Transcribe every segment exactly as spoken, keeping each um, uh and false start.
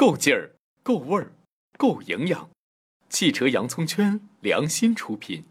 够劲儿，够味儿，够营养。汽车洋葱圈良心出品。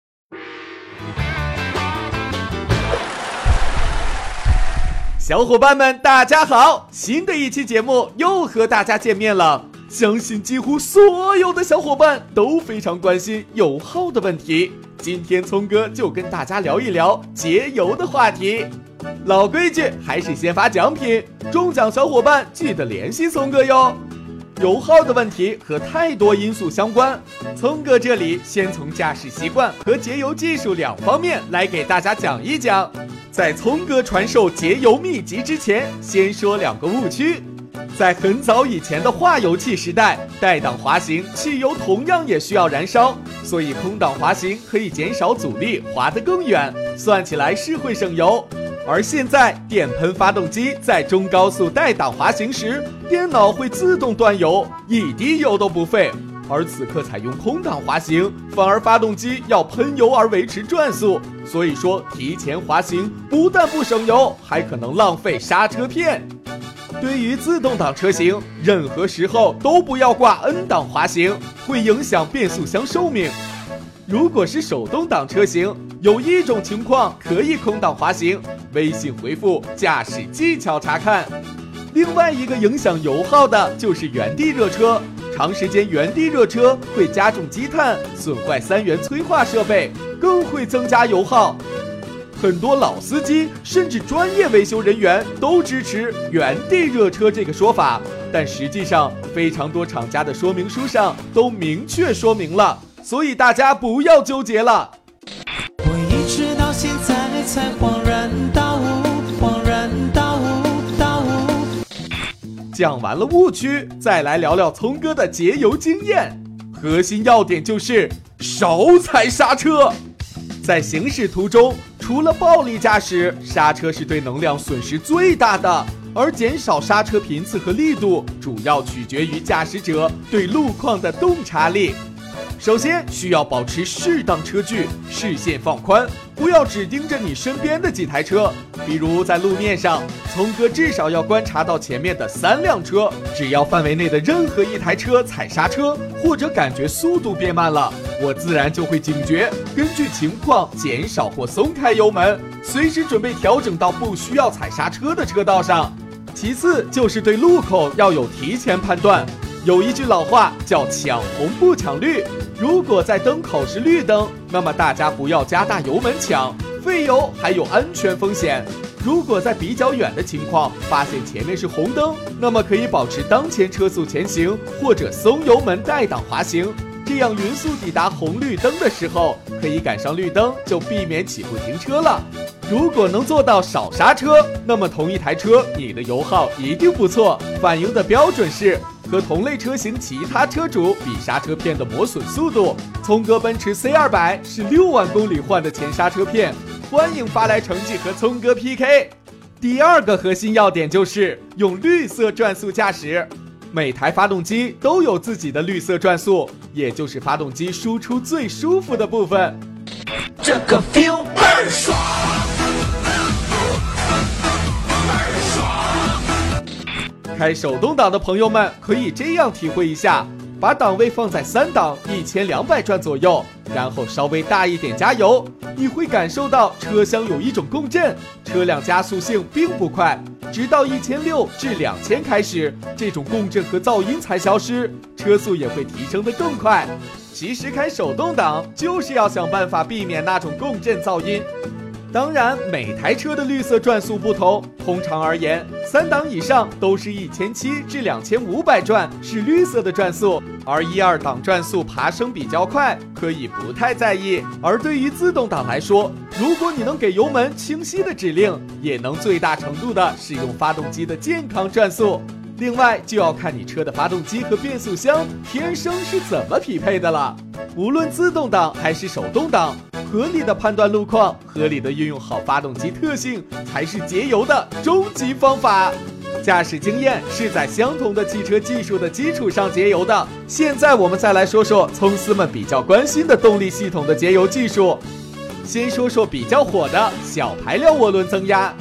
小伙伴们大家好，新的一期节目又和大家见面了。相信几乎所有的小伙伴都非常关心油耗的问题，今天聪哥就跟大家聊一聊节油的话题。老规矩，还是先发奖品，中奖小伙伴记得联系聪哥哟。油耗的问题和太多因素相关，聪哥这里先从驾驶习惯和节油技术两方面来给大家讲一讲。在聪哥传授节油秘籍之前，先说两个误区。在很早以前的化油器时代，带档滑行汽油同样也需要燃烧，所以空档滑行可以减少阻力，滑得更远，算起来是会省油。而现在电喷发动机在中高速带档滑行时，电脑会自动断油，一滴油都不费。而此刻采用空档滑行，反而发动机要喷油而维持转速，所以说提前滑行不但不省油，还可能浪费刹车片。对于自动挡车型，任何时候都不要挂 N 档滑行，会影响变速箱寿命。如果是手动挡车型，有一种情况可以空档滑行，微信回复驾驶技巧查看。另外一个影响油耗的就是原地热车，长时间原地热车会加重积碳，损坏三元催化设备，更会增加油耗。很多老司机甚至专业维修人员都支持原地热车这个说法，但实际上非常多厂家的说明书上都明确说明了，所以大家不要纠结了。 我一直到现在才恍然大悟，恍然大悟，大悟。 讲完了误区，再来聊聊聪哥的节油经验。核心要点就是少踩刹车。在行驶途中，除了暴力驾驶，刹车是对能量损失最大的，而减少刹车频次和力度主要取决于驾驶者对路况的洞察力。首先需要保持适当车距，视线放宽，不要只盯着你身边的几台车。比如在路面上，聪哥至少要观察到前面的三辆车，只要范围内的任何一台车踩刹车，或者感觉速度变慢了，我自然就会警觉，根据情况减少或松开油门，随时准备调整到不需要踩刹车的车道上。其次就是对路口要有提前判断。有一句老话叫抢红不抢绿，如果在灯口是绿灯，那么大家不要加大油门抢，费油还有安全风险。如果在比较远的情况发现前面是红灯，那么可以保持当前车速前行，或者松油门带档滑行，这样匀速抵达红绿灯的时候，可以赶上绿灯就避免起步停车了。如果能做到少刹车，那么同一台车你的油耗一定不错，反映的标准是和同类车型其他车主比刹车片的磨损速度。聪哥奔驰 C 二百 是六万公里换的前刹车片，欢迎发来成绩和聪哥 P K。 第二个核心要点就是用绿色转速驾驶。每台发动机都有自己的绿色转速，也就是发动机输出最舒服的部分。 这个 feel 倍儿爽。 开手动挡的朋友们可以这样体会一下，把档位放在三档一千两百转左右，然后稍微大一点加油，你会感受到车厢有一种共振，车辆加速性并不快，直到一千六百至两千开始，这种共振和噪音才消失，车速也会提升得更快。其实开手动挡就是要想办法避免那种共振噪音。当然每台车的绿色转速不同，通常而言三档以上都是一千七百至两千五百转是绿色的转速，而一二档转速爬升比较快，可以不太在意。而对于自动挡来说，如果你能给油门清晰的指令，也能最大程度的使用发动机的健康转速。另外就要看你车的发动机和变速箱天生是怎么匹配的了。无论自动挡还是手动挡，合理的判断路况，合理的运用好发动机特性，才是节油的终极方法。驾驶经验是在相同的汽车技术的基础上节油的。现在我们再来说说聪丝们比较关心的动力系统的节油技术。先说说比较火的小排量涡轮增压。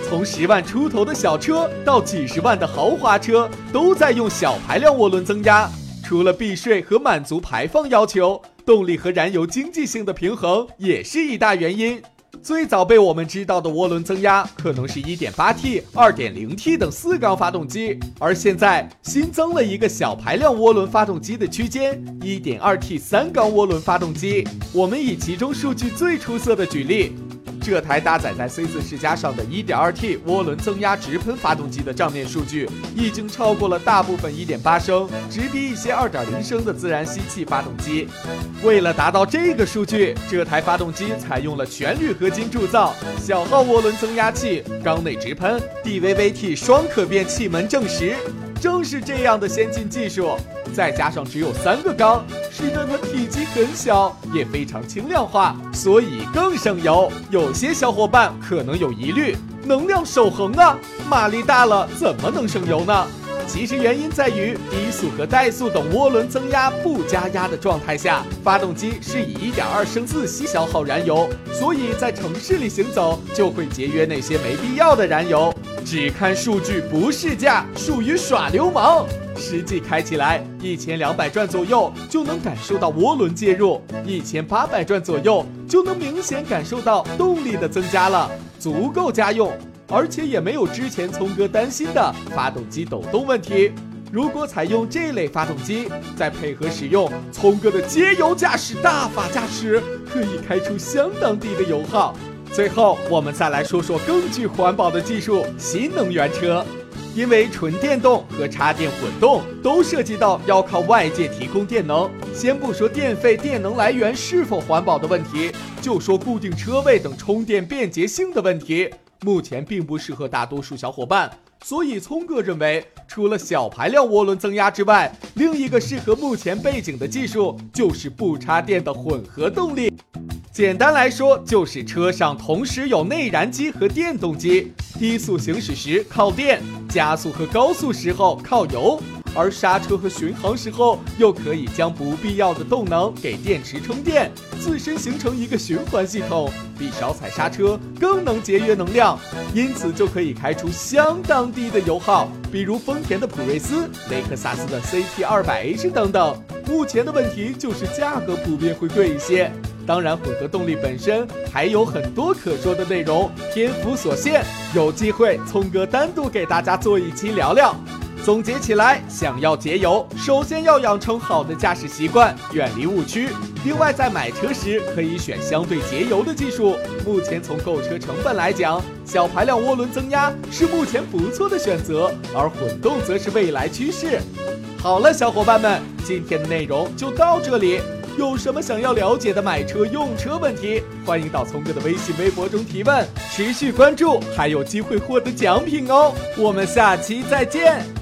从十万出头的小车到几十万的豪华车，都在用小排量涡轮增压。除了避税和满足排放要求，动力和燃油经济性的平衡也是一大原因。最早被我们知道的涡轮增压可能是 一点八 T、二点零 T 等四缸发动机，而现在新增了一个小排量涡轮发动机的区间 一点二 T 三缸涡轮发动机。我们以其中数据最出色的举例，这台搭载在 C 四 世嘉上的 一点二 T 涡轮增压直喷发动机的账面数据已经超过了大部分 一点八 升，直逼一些 二点零 升的自然吸气发动机。为了达到这个数据，这台发动机采用了全铝合金铸造、小号涡轮增压器、缸内直喷、D V V T 双可变气门正时。正是这样的先进技术，再加上只有三个缸，使得它体积很小，也非常轻量化，所以更省油。有些小伙伴可能有疑虑，能量守恒啊，马力大了怎么能省油呢？其实原因在于低速和怠速等涡轮增压不加压的状态下，发动机是以 一点二 升自吸消耗燃油，所以在城市里行走就会节约那些没必要的燃油。只看数据不试驾，属于耍流氓。实际开起来一千两百转左右就能感受到涡轮介入，一千八百转左右就能明显感受到动力的增加了，足够家用。而且也没有之前聪哥担心的发动机抖动问题。如果采用这类发动机，再配合使用聪哥的节油驾驶大法驾驶，可以开出相当低的油耗。最后我们再来说说更具环保的技术——新能源车。因为纯电动和插电混动都涉及到要靠外界提供电能，先不说电费、电能来源是否环保的问题，就说固定车位等充电便捷性的问题，目前并不适合大多数小伙伴。所以聪哥认为，除了小排量涡轮增压之外，另一个适合目前背景的技术就是不插电的混合动力。简单来说，就是车上同时有内燃机和电动机，低速行驶时靠电，加速和高速时候靠油，而刹车和巡航时候又可以将不必要的动能给电池充电，自身形成一个循环系统，比少踩刹车更能节约能量，因此就可以开出相当低的油耗，比如丰田的普锐斯、雷克萨斯的 C T 二百 H 等等。目前的问题就是价格普遍会贵一些。当然，混合动力本身还有很多可说的内容，篇幅所限，有机会聪哥单独给大家做一期聊聊。总结起来，想要节油，首先要养成好的驾驶习惯，远离误区。另外，在买车时可以选相对节油的技术。目前从购车成本来讲，小排量涡轮增压是目前不错的选择，而混动则是未来趋势。好了，小伙伴们，今天的内容就到这里。有什么想要了解的买车用车问题，欢迎到聪哥的微信微博中提问，持续关注还有机会获得奖品哦。我们下期再见。